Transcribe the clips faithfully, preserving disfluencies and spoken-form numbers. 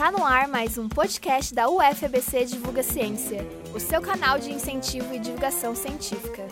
Tá no ar mais um podcast da U F A B C Divulga Ciência, o seu canal de incentivo e divulgação científica.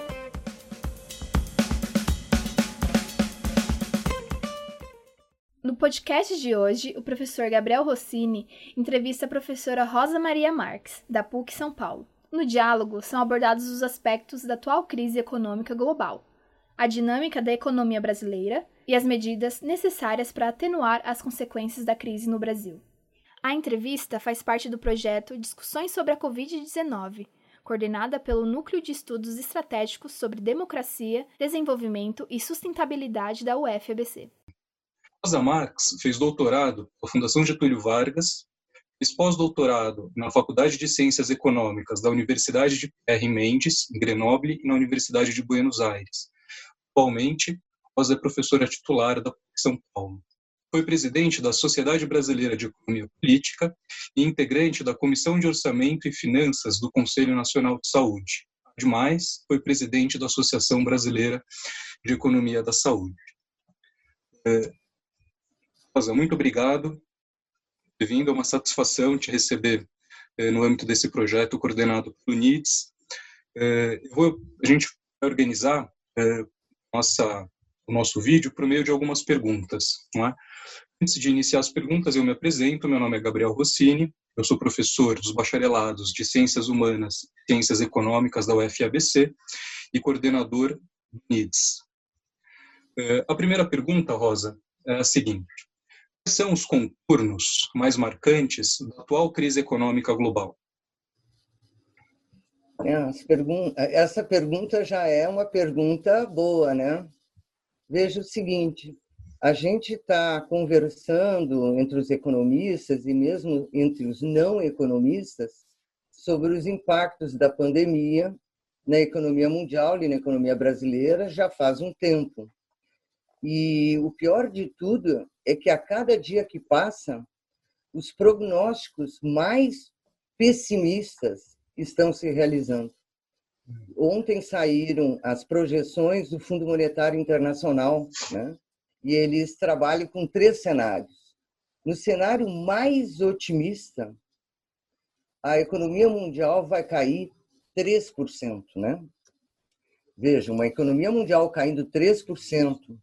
No podcast de hoje, o professor Gabriel Rossini entrevista a professora Rosa Maria Marques, da P U C São Paulo. No diálogo, são abordados os aspectos da atual crise econômica global, a dinâmica da economia brasileira e as medidas necessárias para atenuar as consequências da crise no Brasil. A entrevista faz parte do projeto Discussões sobre a covid dezenove, coordenada pelo Núcleo de Estudos Estratégicos sobre Democracia, Desenvolvimento e Sustentabilidade da U F A B C. Rosa Marques fez doutorado na Fundação Getúlio Vargas, fez pós-doutorado na Faculdade de Ciências Econômicas da Universidade de Pierre Mendes, em Grenoble, e na Universidade de Buenos Aires. Atualmente, Rosa é professora titular da P U C São Paulo. Foi presidente da Sociedade Brasileira de Economia Política e integrante da Comissão de Orçamento e Finanças do Conselho Nacional de Saúde. Ademais, foi presidente da Associação Brasileira de Economia da Saúde. É, Rosa, muito obrigado por ter vindo. É uma satisfação te receber é, no âmbito desse projeto coordenado pelo N I D S. É, eu vou, a gente vai organizar é, nossa, o nosso vídeo por meio de algumas perguntas, não é? Antes de iniciar as perguntas, eu me apresento. Meu nome é Gabriel Rossini, eu sou professor dos bacharelados de Ciências Humanas e Ciências Econômicas da U F A B C e coordenador do N I D S. A primeira pergunta, Rosa, é a seguinte: quais são os contornos mais marcantes da atual crise econômica global? É, as pergun- essa pergunta já é uma pergunta boa, né? Veja o seguinte: a gente está conversando entre os economistas e mesmo entre os não economistas sobre os impactos da pandemia na economia mundial e na economia brasileira já faz um tempo. E o pior de tudo é que a cada dia que passa, os prognósticos mais pessimistas estão se realizando. Ontem saíram as projeções do Fundo Monetário Internacional, né? E eles trabalham com três cenários. No cenário mais otimista, a economia mundial vai cair três por cento, né? Veja, uma economia mundial caindo três por cento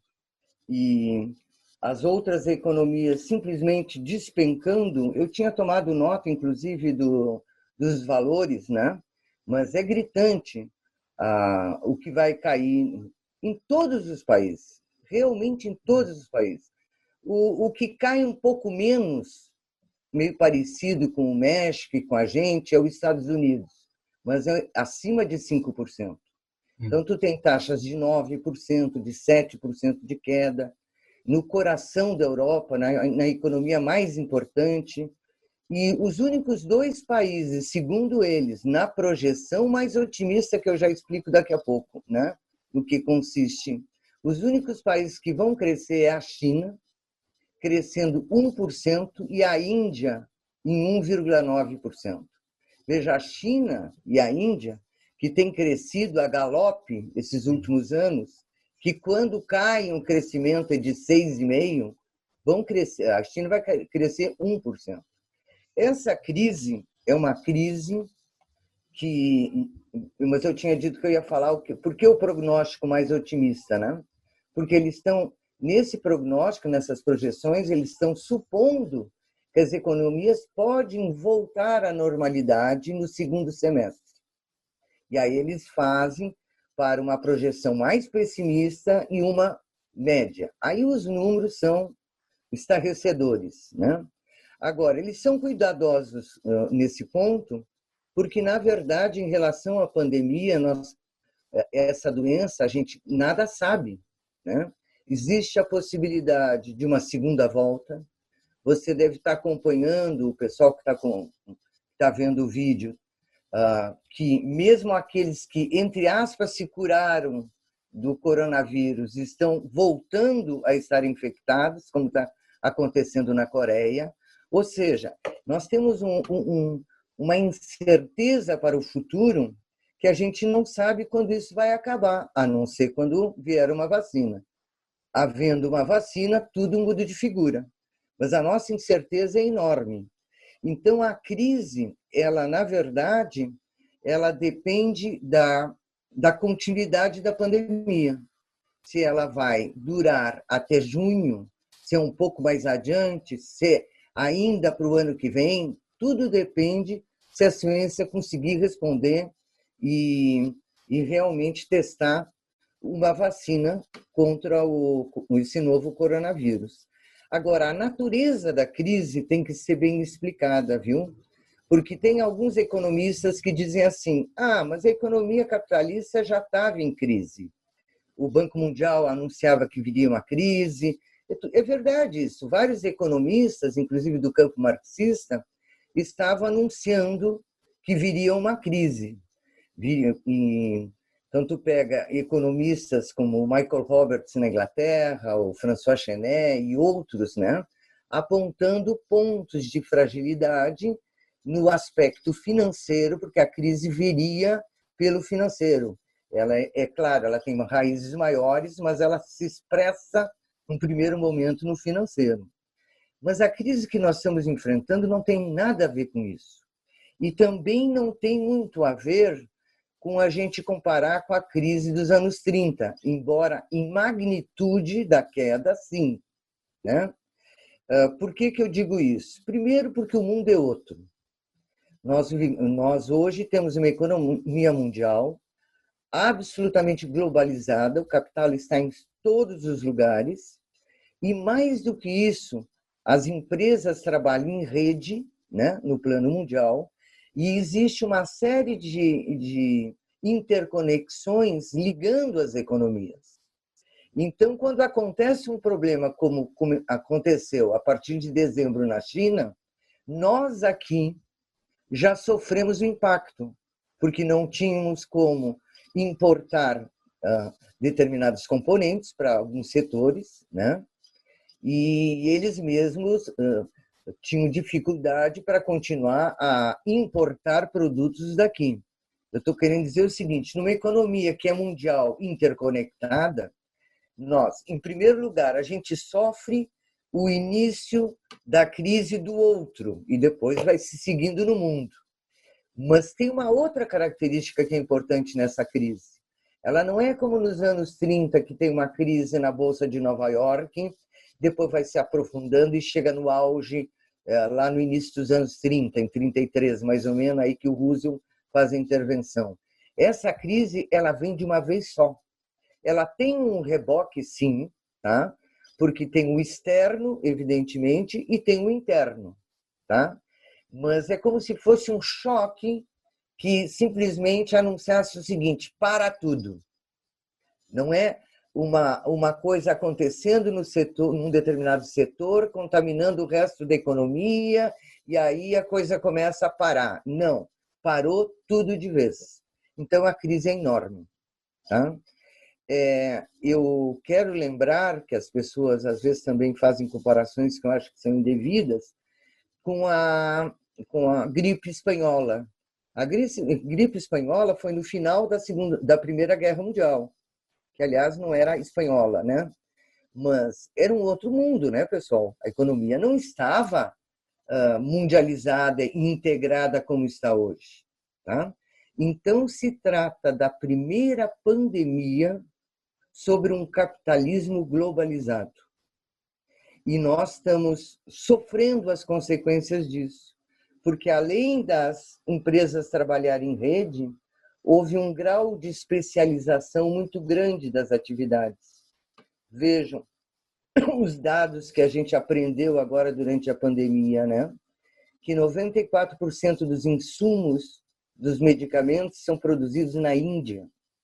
e as outras economias simplesmente despencando. Eu tinha tomado nota, inclusive, do, dos valores, né? Mas é gritante ah, o que vai cair em todos os países. Realmente em todos os países. O, o que cai um pouco menos, meio parecido com o México e com a gente, é os Estados Unidos, mas é acima de cinco por cento. Então, tu tem taxas de nove por cento, de sete por cento de queda, no coração da Europa, na, na economia mais importante, e os únicos dois países, segundo eles, na projeção mais otimista, que eu já explico daqui a pouco, né, no que consiste. Os únicos países que vão crescer é a China, crescendo um por cento, e a Índia em um vírgula nove por cento. Veja, a China e a Índia, que têm crescido a galope esses últimos anos, que quando cai um crescimento de seis vírgula cinco por cento, vão crescer, a China vai crescer um por cento. Essa crise é uma crise que... Mas eu tinha dito que eu ia falar o quê? Por que o prognóstico mais otimista, né? Porque eles estão, nesse prognóstico, nessas projeções, eles estão supondo que as economias podem voltar à normalidade no segundo semestre. E aí eles fazem para uma projeção mais pessimista e uma média. Aí os números são estarrecedores, né? Agora, eles são cuidadosos uh, nesse ponto, porque, na verdade, em relação à pandemia, nós, essa doença, a gente nada sabe, né? Existe a possibilidade de uma segunda volta. Você deve estar acompanhando, o pessoal que está com, tá vendo o vídeo, uh, que mesmo aqueles que, entre aspas, se curaram do coronavírus estão voltando a estar infectados, como está acontecendo na Coreia. Ou seja, nós temos um, um, uma incerteza para o futuro que a gente não sabe quando isso vai acabar, a não ser quando vier uma vacina. Havendo uma vacina, tudo muda de figura. Mas a nossa incerteza é enorme. Então, a crise, ela, na verdade, ela depende da, da continuidade da pandemia. Se ela vai durar até junho, se é um pouco mais adiante, se ainda para o ano que vem, tudo depende se a ciência conseguir responder e, e realmente testar uma vacina contra o, esse novo coronavírus. Agora, a natureza da crise tem que ser bem explicada, viu? Porque tem alguns economistas que dizem assim, ah, mas a economia capitalista já estava em crise. O Banco Mundial anunciava que viria uma crise. É verdade isso. Vários economistas, inclusive do campo marxista, estavam anunciando que viria uma crise. E, então, tu pega economistas como o Michael Roberts na Inglaterra, o François Chenet e outros, né, apontando pontos de fragilidade no aspecto financeiro, porque a crise viria pelo financeiro. Ela é, é claro, ela tem raízes maiores, mas ela se expressa, num primeiro momento, no financeiro. Mas a crise que nós estamos enfrentando não tem nada a ver com isso. E também não tem muito a ver com a gente comparar com a crise dos anos trinta, embora em magnitude da queda, sim. Né? Por que que eu digo isso? Primeiro, porque o mundo é outro. Nós, nós hoje temos uma economia mundial absolutamente globalizada, o capital está em todos os lugares, e mais do que isso, as empresas trabalham em rede, né, no plano mundial, e existe uma série de, de interconexões ligando as economias. Então, quando acontece um problema como, como aconteceu a partir de dezembro na China, nós aqui já sofremos o impacto, porque não tínhamos como importar uh, determinados componentes para alguns setores, né? E eles mesmos uh, tinham dificuldade para continuar a importar produtos daqui. Eu estou querendo dizer o seguinte, numa economia que é mundial interconectada, nós, em primeiro lugar, a gente sofre o início da crise do outro e depois vai se seguindo no mundo. Mas tem uma outra característica que é importante nessa crise. Ela não é como nos anos trinta, que tem uma crise na Bolsa de Nova York, depois vai se aprofundando e chega no auge é, lá no início dos anos trinta, em trinta e três, mais ou menos, aí que o Roosevelt faz a intervenção. Essa crise, ela vem de uma vez só. Ela tem um reboque, sim, tá? Porque tem o externo, evidentemente, e tem o interno, tá? Mas é como se fosse um choque que simplesmente anunciasse o seguinte, para tudo. Não é uma, uma coisa acontecendo no setor, num determinado setor, contaminando o resto da economia, e aí a coisa começa a parar. Não, parou tudo de vez. Então a crise é enorme. Tá? É, eu quero lembrar que as pessoas às vezes também fazem comparações que eu acho que são indevidas com a, com a gripe espanhola. A gripe, gripe espanhola foi no final da, segunda, da Primeira Guerra Mundial, que, aliás, não era espanhola, né? Mas era um outro mundo, né, pessoal? A economia não estava uh, mundializada e integrada como está hoje. Tá? Então, se trata da primeira pandemia sobre um capitalismo globalizado. E nós estamos sofrendo as consequências disso, porque além das empresas trabalharem em rede, houve um grau de especialização muito grande das atividades. Vejam os dados que a gente aprendeu agora durante a pandemia, né? Que noventa e quatro por cento dos insumos dos medicamentos são produzidos na Índia.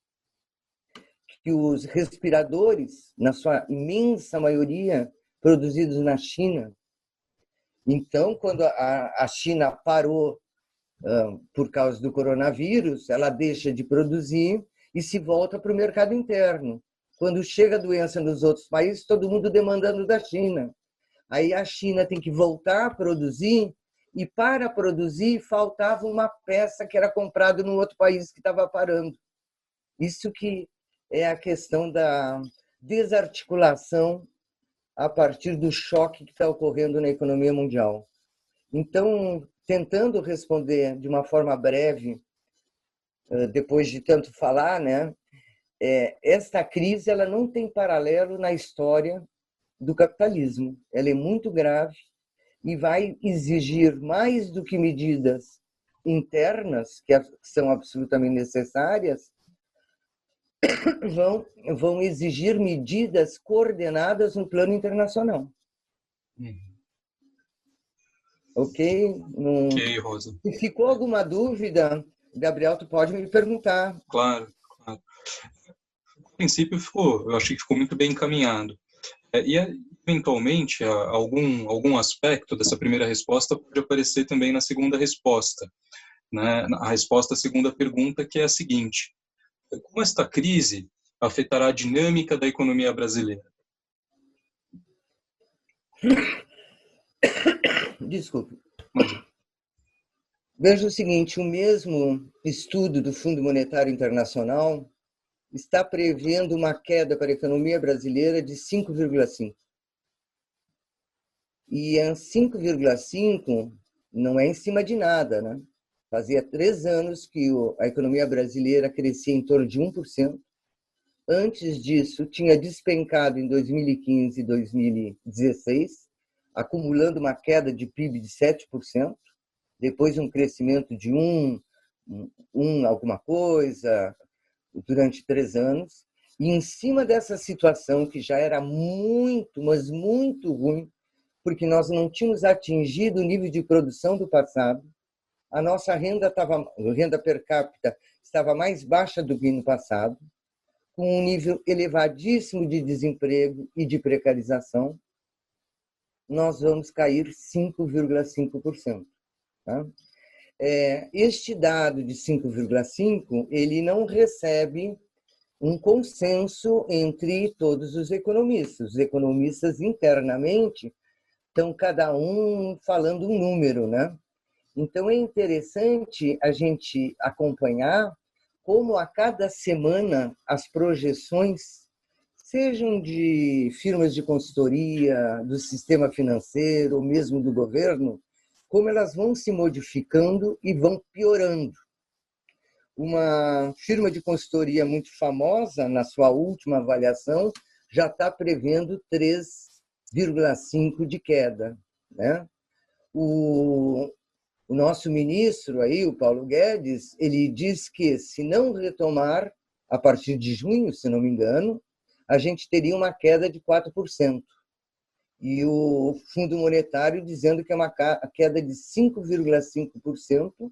Que os respiradores, na sua imensa maioria, produzidos na China. Então, quando a China parou uh, por causa do coronavírus, ela deixa de produzir e se volta para o mercado interno. Quando chega a doença nos outros países, todo mundo demandando da China. Aí a China tem que voltar a produzir e, para produzir, faltava uma peça que era comprada no outro país que estava parando. Isso que é a questão da desarticulação a partir do choque que está ocorrendo na economia mundial. Então, tentando responder de uma forma breve, depois de tanto falar, né, é, esta crise ela não tem paralelo na história do capitalismo. Ela é muito grave e vai exigir mais do que medidas internas, que são absolutamente necessárias, vão, vão exigir medidas coordenadas no plano internacional. Uhum. Ok? Não... Ok, Rosa. Se ficou alguma dúvida, Gabriel, tu pode me perguntar. Claro, claro. A princípio, ficou, eu achei que ficou muito bem encaminhado. E, eventualmente, algum, algum aspecto dessa primeira resposta pode aparecer também na segunda resposta, né? A resposta à segunda pergunta, que é a seguinte: como esta crise afetará a dinâmica da economia brasileira? Desculpe. Imagina. Veja o seguinte, o mesmo estudo do Fundo Monetário Internacional está prevendo uma queda para a economia brasileira de cinco vírgula cinco. E é cinco vírgula cinco não é em cima de nada, né? Fazia três anos que a economia brasileira crescia em torno de um por cento. Antes disso, tinha despencado em dois mil e quinze e dois mil e dezesseis, acumulando uma queda de P I B de sete por cento, depois um crescimento de um, um alguma coisa, durante três anos. E em cima dessa situação, que já era muito, mas muito ruim, porque nós não tínhamos atingido o nível de produção do passado, a nossa renda, tava, renda per capita estava mais baixa do que no passado, com um nível elevadíssimo de desemprego e de precarização, nós vamos cair cinco vírgula cinco por cento. Tá? É, este dado de cinco vírgula cinco por cento, ele não recebe um consenso entre todos os economistas. Os economistas internamente estão cada um falando um número, né? Então é interessante a gente acompanhar como a cada semana as projeções, sejam de firmas de consultoria, do sistema financeiro, ou mesmo do governo, como elas vão se modificando e vão piorando. Uma firma de consultoria muito famosa, na sua última avaliação, já está prevendo três vírgula cinco por cento de queda, né? O, o nosso ministro aí, o Paulo Guedes, ele diz que se não retomar a partir de junho, se não me engano, a gente teria uma queda de quatro por cento. E o Fundo Monetário dizendo que é uma queda de cinco vírgula cinco por cento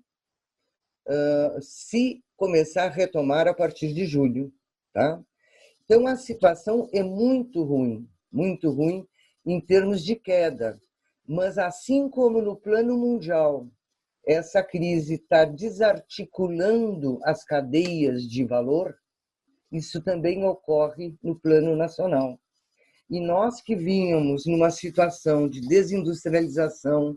uh, se começar a retomar a partir de julho. Tá? Então, a situação é muito ruim, muito ruim em termos de queda. Mas, assim como no plano mundial, essa crise está desarticulando as cadeias de valor, isso também ocorre no plano nacional. E nós que vínhamos numa situação de desindustrialização,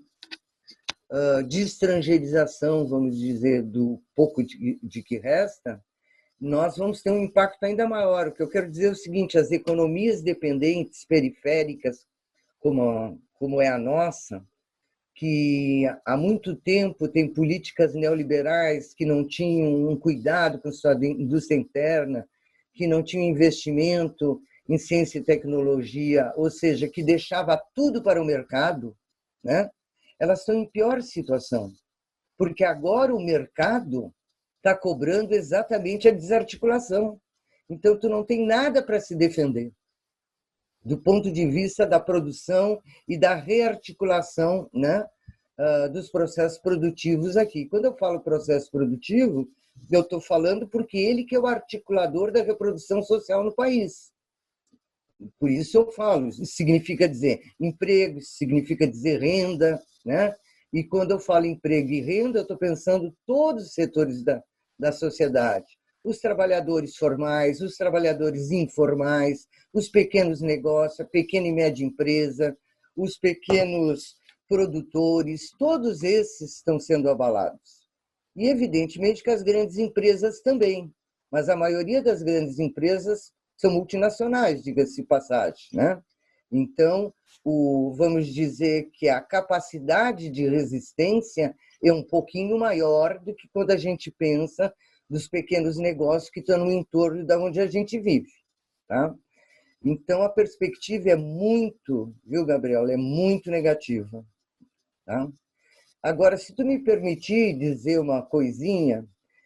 de estrangeirização, vamos dizer, do pouco de, de que resta, nós vamos ter um impacto ainda maior. O que eu quero dizer é o seguinte: as economias dependentes, periféricas, como, como é a nossa, que há muito tempo tem políticas neoliberais que não tinham um cuidado com a sua indústria interna, que não tinham investimento em ciência e tecnologia, ou seja, que deixava tudo para o mercado, né? Elas estão em pior situação, porque agora o mercado está cobrando exatamente a desarticulação. Então, tu não tem nada para se defender, do ponto de vista da produção e da rearticulação, né, dos processos produtivos aqui. Quando eu falo processo produtivo, eu estou falando porque ele que é o articulador da reprodução social no país. Por isso eu falo, isso significa dizer emprego, isso significa dizer renda, né? E quando eu falo emprego e renda, eu estou pensando todos os setores da, da sociedade. Os trabalhadores formais, os trabalhadores informais, os pequenos negócios, a pequena e média empresa, os pequenos produtores, todos esses estão sendo abalados. E, evidentemente, que as grandes empresas também, mas a maioria das grandes empresas são multinacionais, diga-se de passagem, né? Então, o, vamos dizer que a capacidade de resistência é um pouquinho maior do que quando a gente pensa dos pequenos negócios que estão no entorno da onde a gente vive. Tá? Então, a perspectiva é muito, viu, Gabriel, é muito negativa. Tá? Agora, se tu me permitir dizer uma coisinha,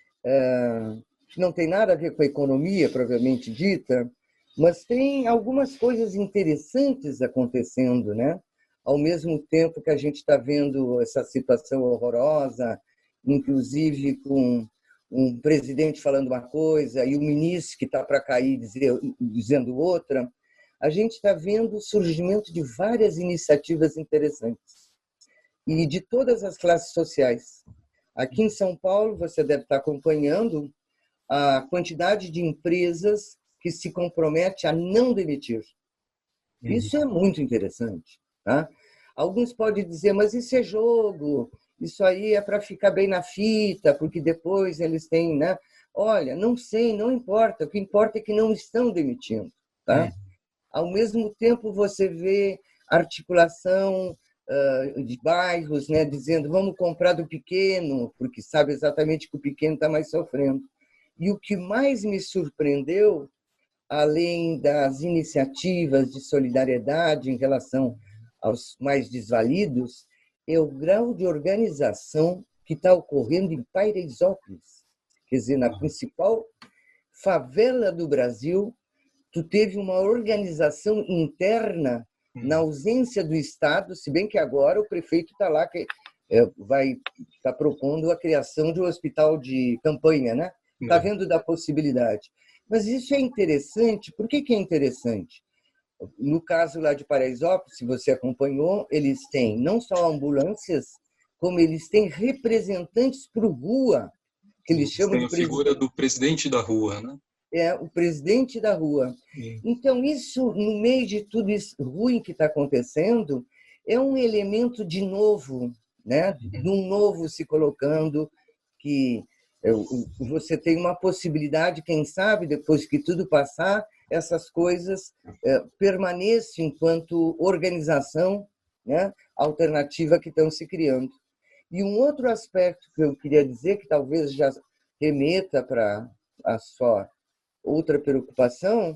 é, que não tem nada a ver com a economia, propriamente dita, mas tem algumas coisas interessantes acontecendo, né? Ao mesmo tempo que a gente está vendo essa situação horrorosa, inclusive com um presidente falando uma coisa e o ministro que está para cair dizer, dizendo outra, a gente está vendo o surgimento de várias iniciativas interessantes e de todas as classes sociais. Aqui em São Paulo, você deve estar acompanhando a quantidade de empresas que se compromete a não demitir. Isso é muito interessante. Tá? Alguns podem dizer, mas isso é jogo, isso aí é para ficar bem na fita, porque depois eles têm... Né? Olha, não sei, não importa, o que importa é que não estão demitindo. Tá? É. Ao mesmo tempo, você vê articulação uh, de bairros, né, dizendo vamos comprar do pequeno, porque sabe exatamente que o pequeno está mais sofrendo. E o que mais me surpreendeu, além das iniciativas de solidariedade em relação aos mais desvalidos, é o grau de organização que está ocorrendo em Paraisópolis. Quer dizer, na principal favela do Brasil, tu teve uma organização interna na ausência do Estado, se bem que agora o prefeito está lá, que vai estar propondo a criação de um hospital de campanha, né? Está vendo da possibilidade. Mas isso é interessante. Por que que é interessante? No caso lá de Paraisópolis, se você acompanhou, eles têm não só ambulâncias, como eles têm representantes por rua, que eles chamam de... Tem a figura do presidente da rua, né? É, o presidente da rua. Então, isso, no meio de tudo isso ruim que está acontecendo, é um elemento de novo, né? De um novo se colocando, que você tem uma possibilidade, quem sabe, depois que tudo passar, essas coisas é, permaneçam enquanto organização, né, alternativa que estão se criando. E um outro aspecto que eu queria dizer, que talvez já remeta para a sua outra preocupação,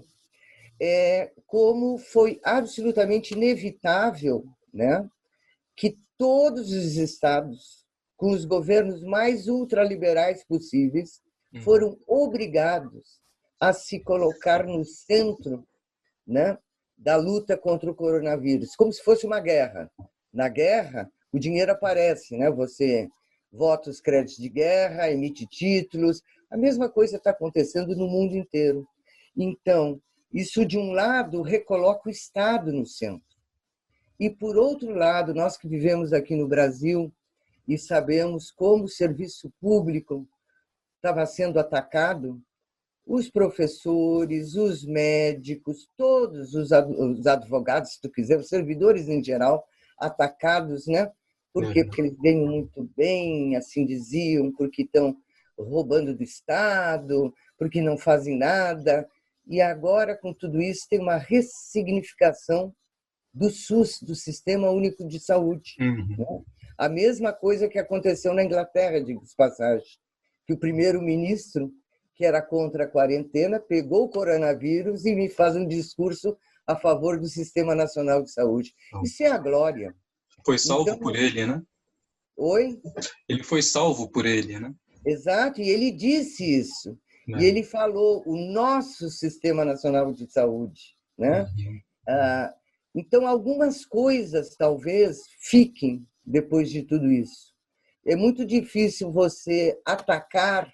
é como foi absolutamente inevitável, né, que todos os estados, com os governos mais ultraliberais possíveis, foram obrigados a se colocar no centro, né, da luta contra o coronavírus, como se fosse uma guerra. Na guerra, o dinheiro aparece, né? Você vota os créditos de guerra, emite títulos, a mesma coisa está acontecendo no mundo inteiro. Então, isso, de um lado, recoloca o Estado no centro. E, por outro lado, nós que vivemos aqui no Brasil e sabemos como o serviço público estava sendo atacado, os professores, os médicos, todos os advogados, se tu quiser, os servidores em geral, atacados, né? Por quê? Porque eles ganham muito bem, assim diziam, porque estão roubando do Estado, porque não fazem nada. E agora, com tudo isso, tem uma ressignificação do SUS, do Sistema Único de Saúde. Uhum. Né? A mesma coisa que aconteceu na Inglaterra, digo de passagem, que o primeiro-ministro, que era contra a quarentena, pegou o coronavírus e me faz um discurso a favor do Sistema Nacional de Saúde. Isso é a glória. Foi salvo então, por ele, né? Oi? Ele foi salvo por ele, né? Exato, e ele disse isso. É. E ele falou o nosso Sistema Nacional de Saúde, né? Uhum. Ah, então, algumas coisas talvez fiquem depois de tudo isso. É muito difícil você atacar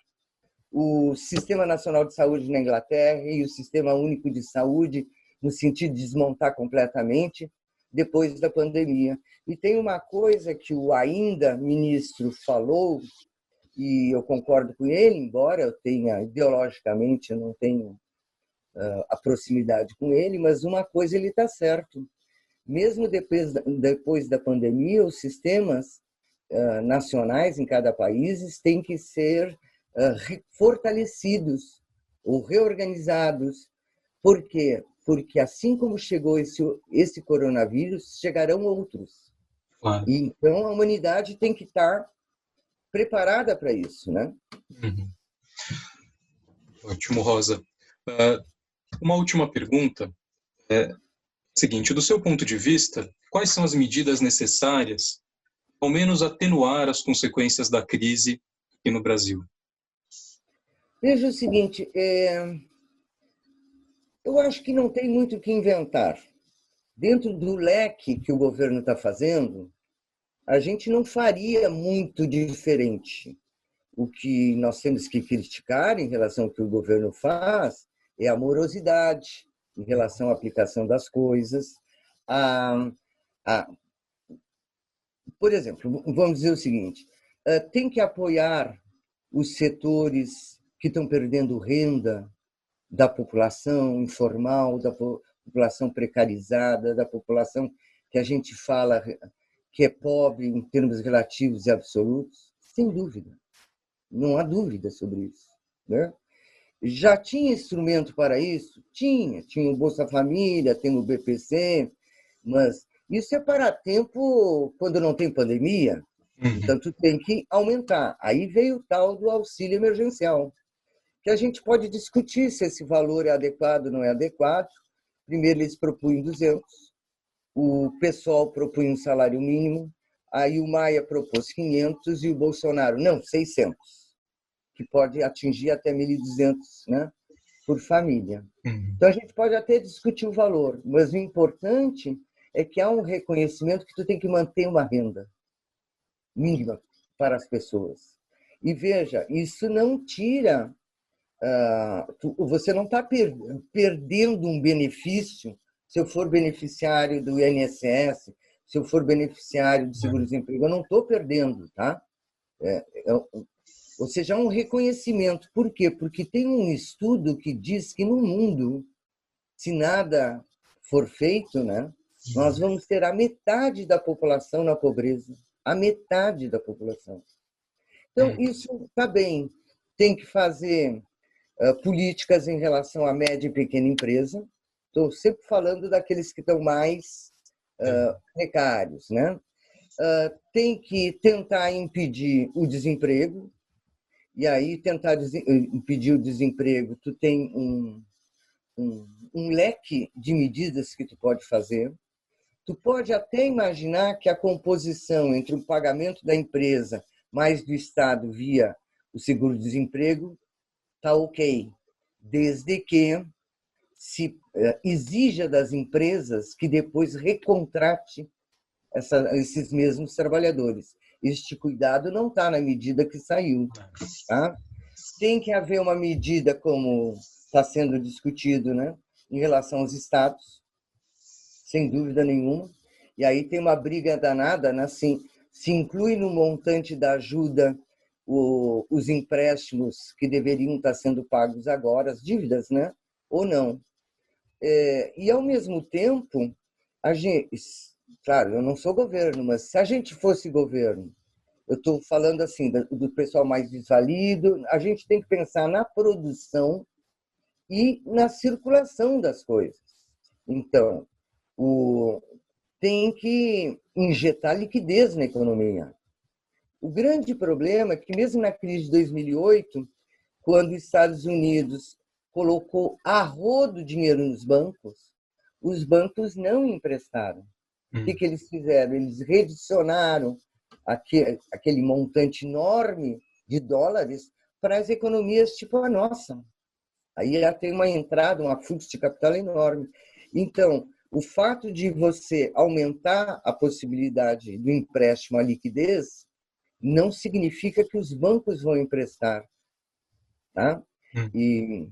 o Sistema Nacional de Saúde na Inglaterra e o Sistema Único de Saúde, no sentido de desmontar completamente, depois da pandemia. E tem uma coisa que o ainda ministro falou, e eu concordo com ele, embora eu tenha, ideologicamente, eu não tenho uh, a proximidade com ele, mas uma coisa ele está certo. Mesmo depois, depois da pandemia, os sistemas uh, nacionais em cada país têm que ser uh, fortalecidos ou reorganizados. Por quê? porque assim como chegou esse, esse coronavírus, chegarão outros. Claro. E, então, a humanidade tem que estar preparada para isso, né? Uhum. Ótimo, Rosa. Uh, uma última pergunta é a seguinte: do seu ponto de vista, quais são as medidas necessárias, ao menos atenuar as consequências da crise aqui no Brasil? Veja o seguinte, é... eu acho que não tem muito o que inventar. Dentro do leque que o governo está fazendo, a gente não faria muito diferente. O que nós temos que criticar em relação ao que o governo faz é a morosidade em relação à aplicação das coisas. A, a, por exemplo, vamos dizer o seguinte, tem que apoiar os setores que estão perdendo renda da população informal, da população precarizada, da população que a gente fala que é pobre em termos relativos e absolutos, sem dúvida. Não há dúvida sobre isso, né? Já tinha instrumento para isso? Tinha. Tinha o Bolsa Família, tem o B P C, mas isso é para tempo quando não tem pandemia. Uhum. Então, tu tem que aumentar. Aí veio o tal do auxílio emergencial, que a gente pode discutir se esse valor é adequado ou não é adequado. Primeiro, eles propunham duzentos, o PSOL propunha um salário mínimo, aí o Maia propôs quinhentos e o Bolsonaro, não, seiscentos. Que pode atingir até mil e duzentos, né, por família. Uhum. Então, a gente pode até discutir o valor, mas o importante é que há um reconhecimento que tu tem que manter uma renda mínima para as pessoas. E veja, isso não tira... Uh, tu, você não está per, perdendo um benefício se eu for beneficiário do I N S S, se eu for beneficiário do seguro-desemprego. Eu não estou perdendo, tá? É, é, ou seja, é um reconhecimento. Por quê? Porque tem um estudo que diz que no mundo, se nada for feito, né, nós vamos ter a metade da população na pobreza. A metade da população. Então, isso está bem. Tem que fazer uh, políticas em relação à média e pequena empresa. Estou sempre falando daqueles que estão mais uh, precários, né? Uh, tem que tentar impedir o desemprego. E aí, tentar impedir o desemprego, tu tem um, um, um leque de medidas que tu pode fazer. Tu pode até imaginar que a composição entre o pagamento da empresa mais do Estado via o seguro-desemprego está ok, desde que se exija das empresas que depois recontrate essa, esses mesmos trabalhadores. Este cuidado não está na medida que saiu. Tá? Tem que haver uma medida, como está sendo discutido, né, em relação aos estados, sem dúvida nenhuma. E aí tem uma briga danada, né? Assim, se inclui no montante da ajuda o, os empréstimos que deveriam estar sendo pagos agora, as dívidas, né? Ou não. É, e, ao mesmo tempo, a gente, claro, eu não sou governo, mas se a gente fosse governo, eu estou falando assim, do pessoal mais desvalido, a gente tem que pensar na produção e na circulação das coisas. Então, o, tem que injetar liquidez na economia. O grande problema é que, mesmo na crise de dois mil e oito, quando os Estados Unidos colocou a rodo dinheiro nos bancos, os bancos não emprestaram. Hum. O que, que eles fizeram? Eles redicionaram aquele, aquele montante enorme de dólares para as economias tipo a nossa. Aí já tem uma entrada, um afluxo de capital enorme. Então, o fato de você aumentar a possibilidade do empréstimo à liquidez não significa que os bancos vão emprestar. Tá? Hum. E,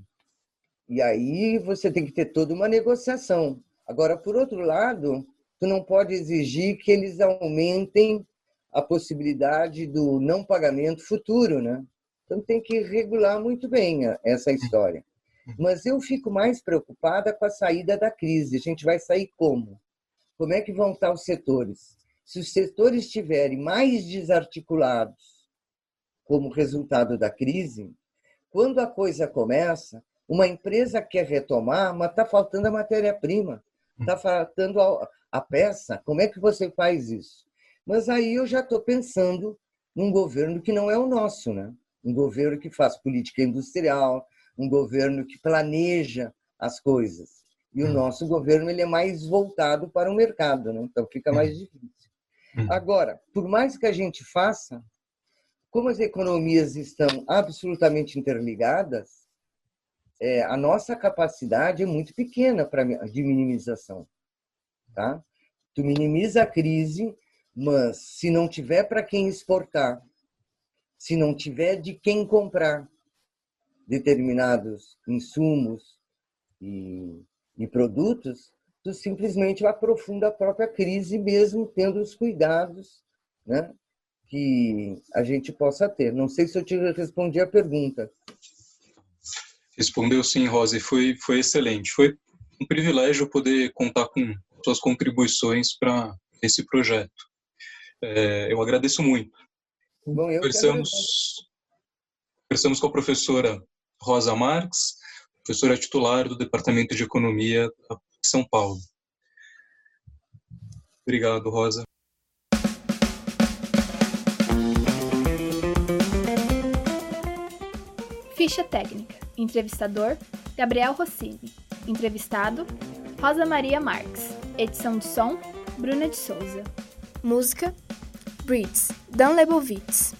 e aí você tem que ter toda uma negociação. Agora, por outro lado, tu não pode exigir que eles aumentem a possibilidade do não pagamento futuro, né? Então tem que regular muito bem essa história. Mas eu fico mais preocupada com a saída da crise. A gente vai sair como? Como é que vão estar os setores? Se os setores estiverem mais desarticulados como resultado da crise, quando a coisa começa, Uma empresa quer retomar, mas está faltando a matéria-prima, está faltando a, a peça. Como é que você faz isso? Mas aí eu já estou pensando num governo que não é o nosso, né? Um governo que faz política industrial, um governo que planeja as coisas. E o nosso governo ele é mais voltado para o mercado, né? Então fica mais difícil. Agora, por mais que a gente faça, como as economias estão absolutamente interligadas, é, a nossa capacidade é muito pequena pra, de minimização. Tá? Tu minimiza a crise, mas se não tiver para quem exportar, se não tiver de quem comprar determinados insumos e, e produtos, tu simplesmente aprofunda a própria crise, mesmo tendo os cuidados, né, que a gente possa ter. Não sei se eu te respondi a pergunta. Respondeu sim, Rosa, e foi, foi excelente. Foi um privilégio poder contar com suas contribuições para esse projeto. É, eu agradeço muito. Bom, eu conversamos, conversamos com a professora Rosa Marques, professora titular do Departamento de Economia da São Paulo. Obrigado, Rosa. Ficha técnica. Entrevistador, Gabriel Rossini. Entrevistado, Rosa Maria Marques. Edição de som, Bruna de Souza. Música, Breeds, Dan Lebowitz.